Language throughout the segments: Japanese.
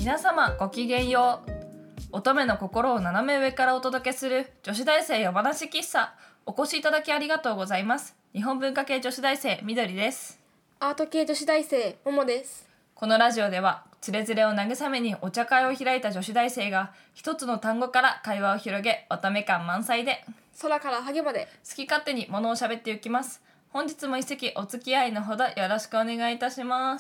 皆様ごきげんよう。乙女の心を斜め上からお届けする女子大生夜話喫茶。お越しいただきありがとうございます。日本文化系女子大生みどりです。 アート系女子大生ももです。 このラジオではつれづれを慰めにお茶会を開いた女子大生が一つの単語から会話を広げ、乙女感満載で空からハゲまで好き勝手に物を喋っていきます。本日も一席お付き合いのほどよろしくお願いいたします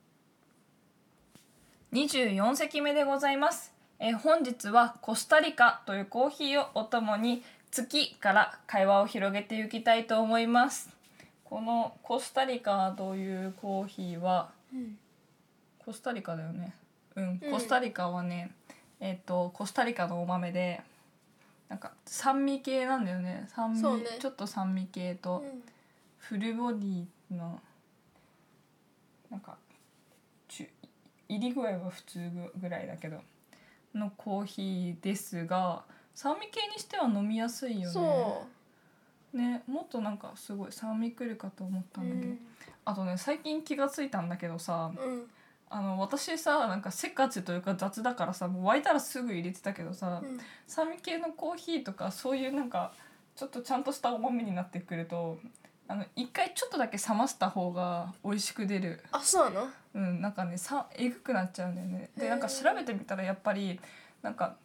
。24席目でございます。本日はコスタリカというコーヒーをお供に月から会話を広げていきたいと思います。このコスタリカというコーヒーは、コスタリカだよね。コスタリカはね、コスタリカのお豆でなんか酸味系なんだよね。酸味、 そうね、 ちょっと酸味系と、フルボディのなんか入り具合は普通ぐらいだけどのコーヒーですが、酸味系にしては飲みやすいよね。 そうね、もっとなんかすごい酸味くるかと思ったんだけど、あとね最近気がついたんだけどさ、私さなんかせっかちというか雑だからさ、もう沸いたらすぐ入れてたけどさ、酸味系のコーヒーとかそういうなんかちょっとちゃんとしたお豆になってくると一回ちょっとだけ冷ました方が美味しく出る。 あ、そうなの？ なんかねえぐくなっちゃうんだよね。でなんか調べてみたらやっぱりなんか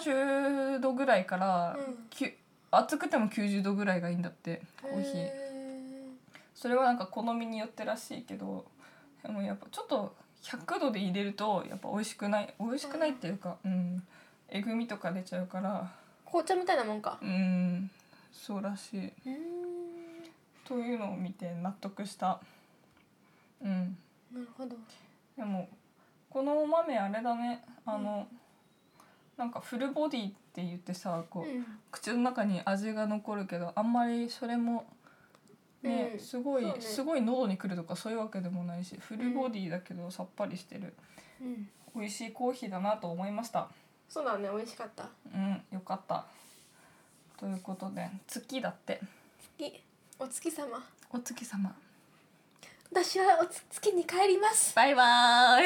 70度ぐらいから、熱くても90度ぐらいがいいんだってコーヒー。それはなんか好みによってらしいけど、でもやっぱちょっと100度で入れるとやっぱ美味しくないっていうか、えぐみとか出ちゃうから。 紅茶みたいなもんか。 そうらしい。というのを見て納得した。 なるほど。 でもこのお豆あれだね、なんかフルボディって言ってさこう、口の中に味が残るけどあんまりそれもね、すごい喉にくるとかそういうわけでもないし、フルボディだけどさっぱりしてる、美味しいコーヒーだなと思いました。 そうだね、美味しかった。 よかった。ということで月だって。 お月様。 お月様。 私は月に帰ります。 バイバー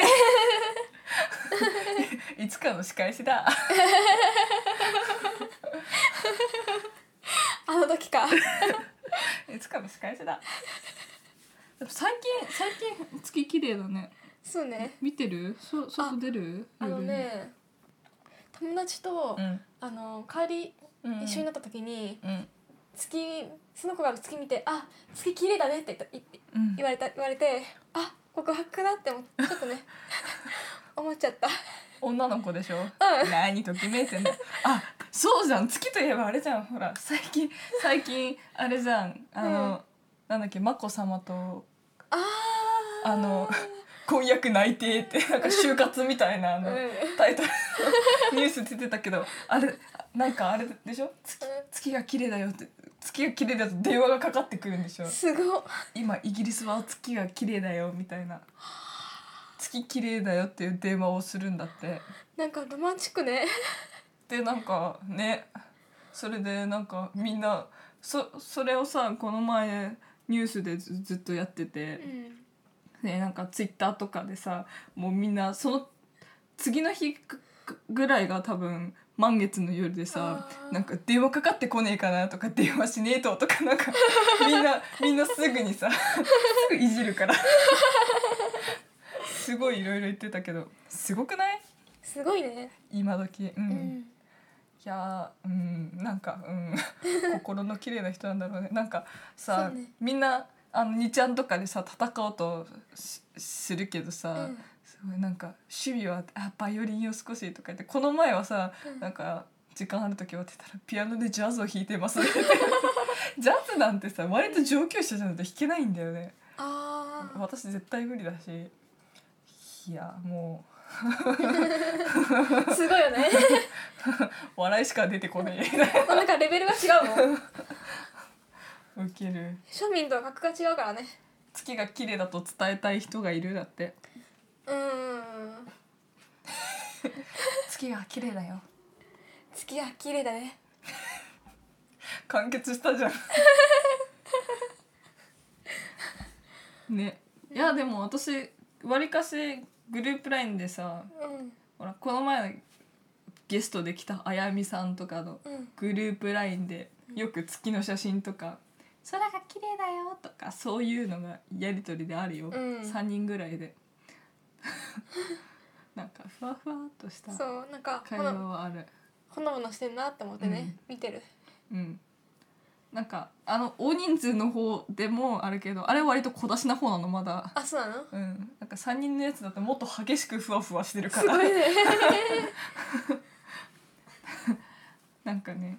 イいつかの仕返しだあの時かいつかの仕返しだ。でも最近月綺麗だね。 そうね。 見てる？外出る？ ね、友達と、帰り一緒になった時に、その子が月見て、あ、月綺麗だねって言われて、あ、告白だってちょっとね思っちゃった。 女の子でしょ。何ときめいてんだ。あ、そうじゃん。月といえばあれじゃん。ほら最近あれじゃん。なんだっけ、眞子さまと婚約内定ってなんか就活みたいなタイトルニュース出てたけど、あれなんかあれでしょ。月が綺麗だよって。月が綺麗だと電話がかかってくるんでしょ。 すごい。 今イギリスは月が綺麗だよみたいな、月綺麗だよっていう電話をするんだって。 なんかロマンチックね。 でなんかね、それでなんかみんなそれをさこの前ニュースでずっとやってて、なんかツイッターとかでさ、もうみんなその次の日ぐらいが多分満月の夜でさ、なんか電話かかってこねえかなとか、電話しねえとかなんかみんなすぐにさすぐいじるからすごいいろいろ言ってたけど、すごくない？ すごいね今時。いやなんか心の綺麗な人なんだろうね。なんかさ、みんな2ちゃんとかでさ戦おうとするけどさ、すごいなんか守備はバイオリンを少しとか言って、この前はさ、なんか時間ある時はって言ったらピアノでジャズを弾いてますってジャズなんてさ割と上級者じゃないと弾けないんだよね。私絶対無理だし、いやもうすごいよね笑いしか出てこないなんかレベルが違うもんウケる。 庶民とは格が違うからね。 月が綺麗だと伝えたい人がいるだって。月が綺麗だよ。 月が綺麗だね。 完結したじゃんね。いやでも私わりかしグループラインでさ、 ほらこの前ゲストで来たあやみさんとかのグループ LINE でよく月の写真とか空が綺麗だよとかそういうのがやり取りであるよ、3人ぐらいでなんかふわふわっとしたそうなんか会話はある。 ほのぼのしてんなって思ってね、見てる。 なんか大人数の方でもあるけどあれ割と小出しな方なのまだ。 あ、そうなの？ なんか3人のやつだともっと激しくふわふわしてるからすごいねなんかね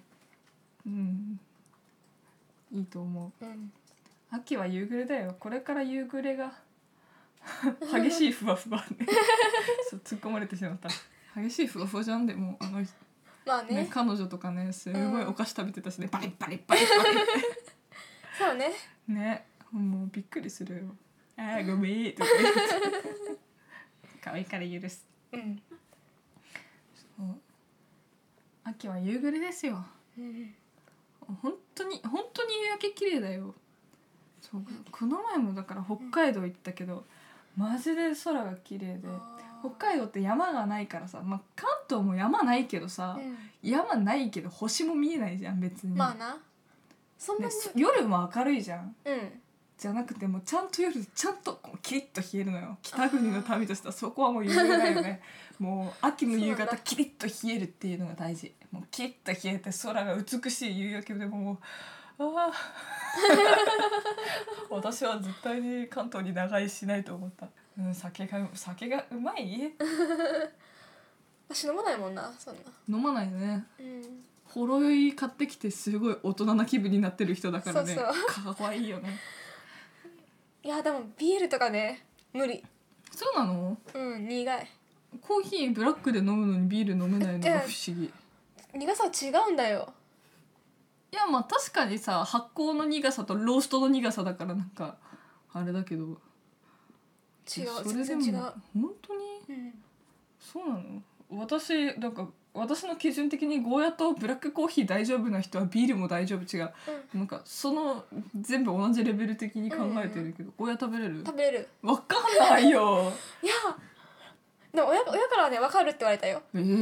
いいと思う、秋は夕暮れだよ。これから夕暮れが激しいふわふわねそう突っ込まれてしまった。激しいふわふわじゃん。でもまあね、 彼女とかねすごいお菓子食べてたしね、バリッバリッバリッバリッそうねね、もうびっくりするよ。ごめんとか言って可愛いから許す。そう秋は夕暮れですよ、本当に夕焼け綺麗だよ。そうこの前もだから北海道行ったけど、マジで空が綺麗で、北海道って山がないからさ、関東も山ないけどさ、山ないけど星も見えないじゃん別に。 まあな、そんなに、 夜も明るいじゃん、じゃなくてもうちゃんと夜ちゃんとキリッと冷えるのよ。北国の民としてはそこはもう有名だよねもう秋の夕方キリッと冷えるっていうのが大事。もうキリッと冷えて空が美しい夕焼けでも私は絶対に関東に長居しないと思った。酒がうまい私飲まないもんな、そんな。 飲まないね、ほろ酔い買ってきてすごい大人な気分になってる人だからね。 そうかわいいよね。 いやでもビールとかね無理。 そうなの？ 苦い。 コーヒーブラックで飲むのにビール飲めないのが不思議。 苦さは違うんだよ。 いや確かにさ、発酵の苦さとローストの苦さだからなんかあれだけど違う、 全然違う。本当に、そうなの？私の基準的にゴーヤとブラックコーヒー大丈夫な人はビールも大丈夫。違う、なんかその全部同じレベル的に考えてるけど、ゴーヤ食べれる？ 食べれる。 わかんないよいやでも親からはね分かるって言われたよ。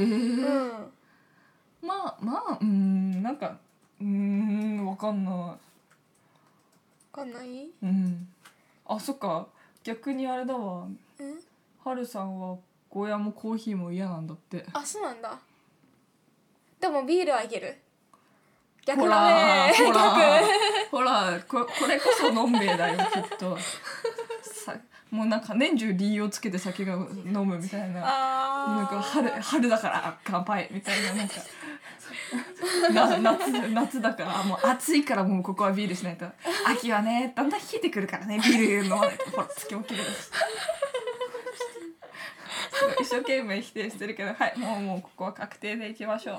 なんかわかんない。 わかんない？ あ、そっか。逆にあれだわ。はるさんはゴーヤもコーヒーも嫌なんだって。 あ、そうなんだ。でもビールはいける。逆だね。 ほらこれこそのんべえだよきっともうなんか年中理由をつけて酒が飲むみたいな。なんか春だから乾杯みたいな、なんか夏だからもう暑いからもうここはビールしないと、秋はねだんだん冷えてくるからねビール飲まないとほら月もきれいだし一生懸命否定してるけど、はいもうここは確定でいきましょう。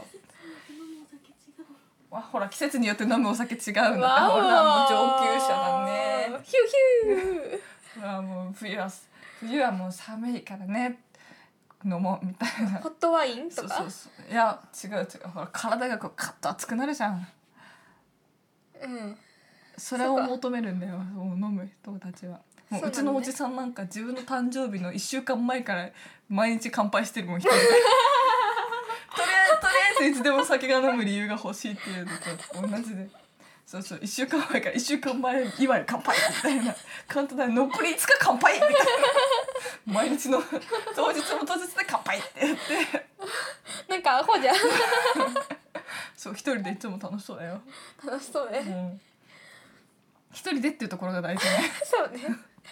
ほら季節によって飲むお酒違うんだって。ほらもう上級者だね。 ヒューヒューほらもう冬はもう寒いからね飲もうみたいな。 ホットワインとか。 いや違うほら体がこうカッと熱くなるじゃん。それを求めるんだよもう飲む人たちは。もううちのおじさんなんか自分の誕生日の1週間前から毎日乾杯してるもん一人でとりあえずいつでも酒が飲む理由が欲しいっていうのと同じで、そう1週間前から1週間前いわゆる乾杯みたいなカウントダウン残り5日乾杯みたいな毎日の当日も当日で乾杯ってやってなんかアホじゃんそう一人でいつも楽しそうだよ。 楽しそうね、 一人でっていうところが大事ねそうね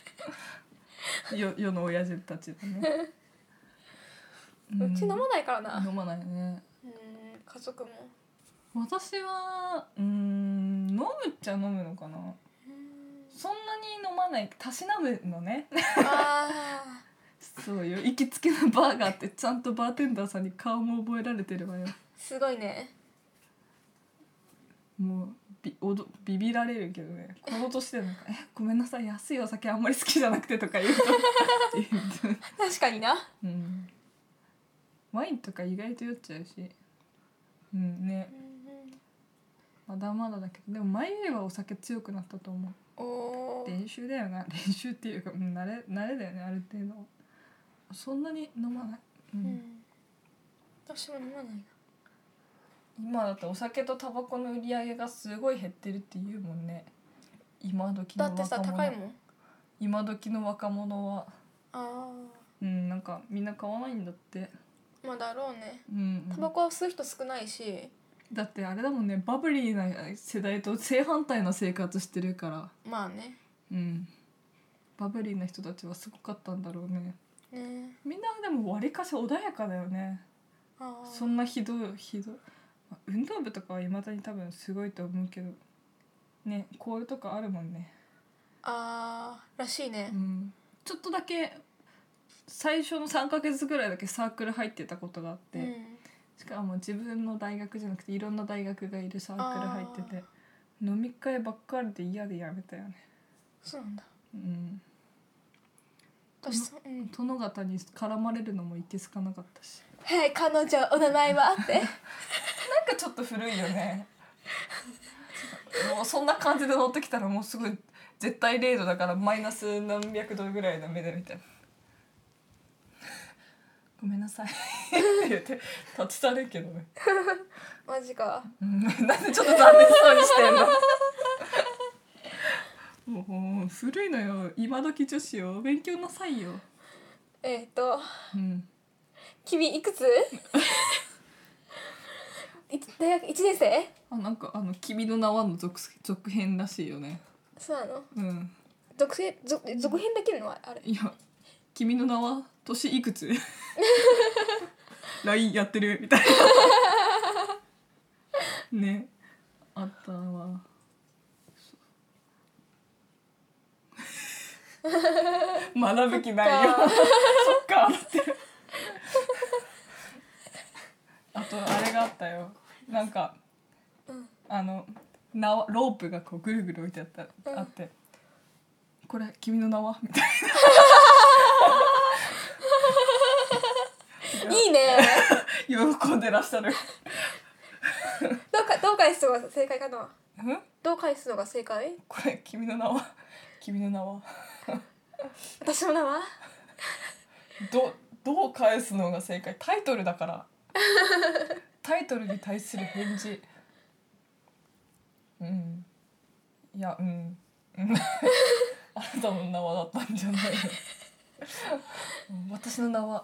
世の親父たちだねうち飲まないからな。 飲まないね。 家族も。 私は飲むっちゃ飲むのかな。そんなに飲まない、たしなむのねそうよ、行きつけのバーがあってちゃんとバーテンダーさんに顔も覚えられてるわよ。 すごいね。 もうビビられるけどね、この年でなんかごめんなさい安いお酒あんまり好きじゃなくてとか言うと確かにな。 ワインとか意外と酔っちゃうしね、まだまだだけど、でも前よりはお酒強くなったと思う。練習だよな。練習っていうか慣れだよね、ある程度。そんなに飲まない。 私も飲まないな。 今だってお酒とタバコの売り上げがすごい減ってるって言うもんね。今時のだってさ若者、 高いもん。 今時の若者はあなんかみんな買わないんだって。 あ、まあだろうね。タバうん、 コは吸う人少ないし。 だってあれだもんね、バブリーな世代と正反対な生活してるから。 まあね。 バブリーな人たちはすごかったんだろうね。 ね。 みんなでもわりかし穏やかだよね。そんなひどい運動部とかはいまだに多分すごいと思うけどね、コールとかあるもんね。 らしいね。 ちょっとだけ最初の3ヶ月ぐらいだけサークル入ってたことがあって、しかも自分の大学じゃなくていろんな大学がいるサークル入ってて、飲み会ばっかりで嫌でやめたよね。 そうなんだ。 殿方に絡まれるのもいけすかなかったし。 はい、彼女お名前はってなんかちょっと古いよね。もうそんな感じで乗ってきたらもうすごい絶対0度だからマイナス何百度ぐらいの目で見てごめんなさいって言って立ち去るけどね。 マジか。 なんでちょっと残念そうにしてんの。もう古いのよ、今時女子よ、勉強なさいよ。 君いくつ大学1年生？ なんか君の名はの続編らしいよね。 そうなの？続編できるのはあれ？ いや、君の名は年いくつLINE やってるみたいなね、あったわ。学ぶ気ないよそっかってあとあれがあったよ、なんか、ロープがこうぐるぐる置いてあって、これ君の名はみたいないいね喜んでらっしゃるどう返すのが正解かな？どう返すのが正解？ これ君の名は私の名はどう返すのが正解？タイトルだからタイトルに対する返事。いやあなたの名はだったんじゃない私の名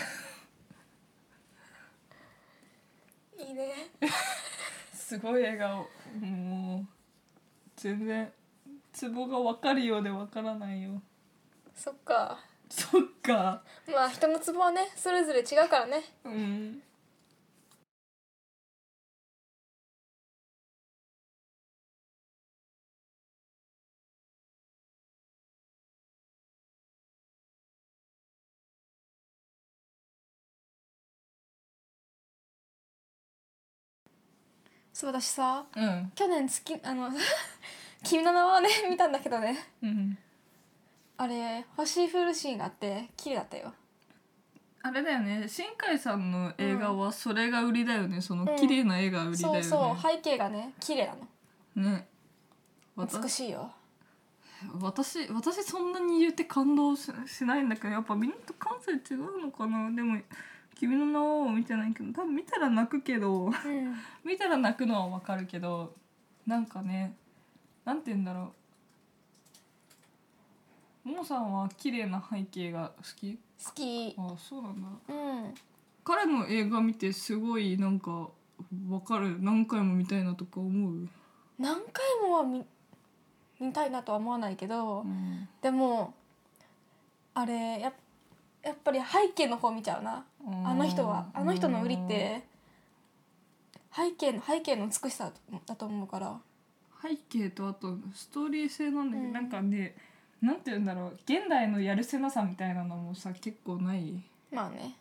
はいいねすごい笑顔。もう全然ツボが分かるようで分からないよ。 そっか。 まあ人のツボはねそれぞれ違うからね。そう、私さ、去年君の名はね見たんだけどね、あれ星降るシーンがあって綺麗だったよ。 あれだよね、新海さんの映画はそれが売りだよね、その綺麗な絵が売りだよね。 そう背景がね綺麗なのね。美しいよ。 私そんなに言って感動 しないんだけど、やっぱみんなと感性違うのかな。でも君の名は見てないけど多分見たら泣くけど、見たら泣くのはわかるけど、なんかね、なんて言うんだろう、ももさんは綺麗な背景が好き？あ、そうなんだ。彼の映画見てすごいなんかわかる。何回も見たいなとか思う？ 何回もは見たいなとは思わないけど、でもあれやっぱり背景の方見ちゃうな。あの人の売りって背景の美しさだと思うから。 背景とあとストーリー性なんだけど、なんかね、なんて言うんだろう、現代のやるせなさみたいなのもさ結構ない？ まあね。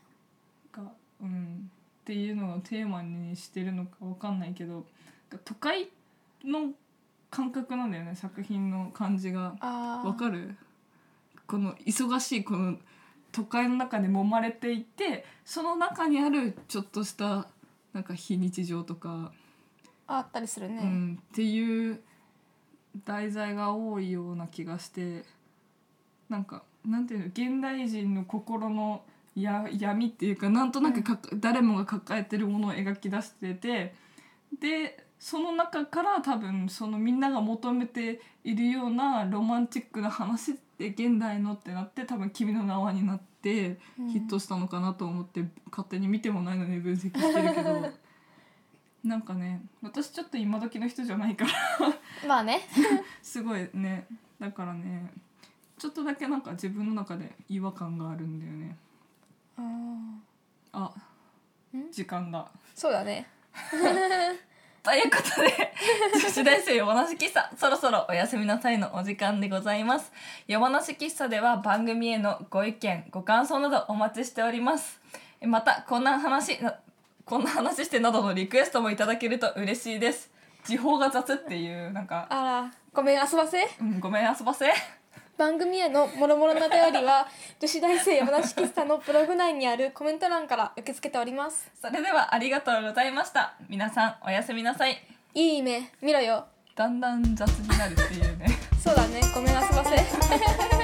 っていうのをテーマにしてるのかわかんないけど、都会の感覚なんだよね、作品の感じが。わかる？この忙しいこの都会の中で揉まれていて、その中にあるちょっとしたなんか非日常とかあったりするね、 っていう題材が多いような気がして、なんかなんていうの、現代人の心の闇っていうかなんとなく誰もが抱えてるものを描き出してて、でその中から多分そのみんなが求めているようなロマンチックな話って現代のってなって多分君の名はになってヒットしたのかなと思って勝手に見てもないのに分析してるけどなんかね私ちょっと今時の人じゃないからまあねすごいねだからねちょっとだけなんか自分の中で違和感があるんだよね。あ、時間だ。 そうだねということで女子大生夜話喫茶そろそろおやすみなさいのお時間でございます。夜話喫茶では番組へのご意見ご感想などお待ちしております。またこんな話してなどのリクエストもいただけると嬉しいです。時報が雑っていうなんかあらごめん遊ばせ、 ごめん遊ばせ番組へのもろもろな便りは女子大生夜話喫茶のブログ内にあるコメント欄から受け付けております。 それではありがとうございました。皆さんおやすみなさい。 いい夢見ろよ。 だんだん雑になるっていうねそうだねごめん遊ばせ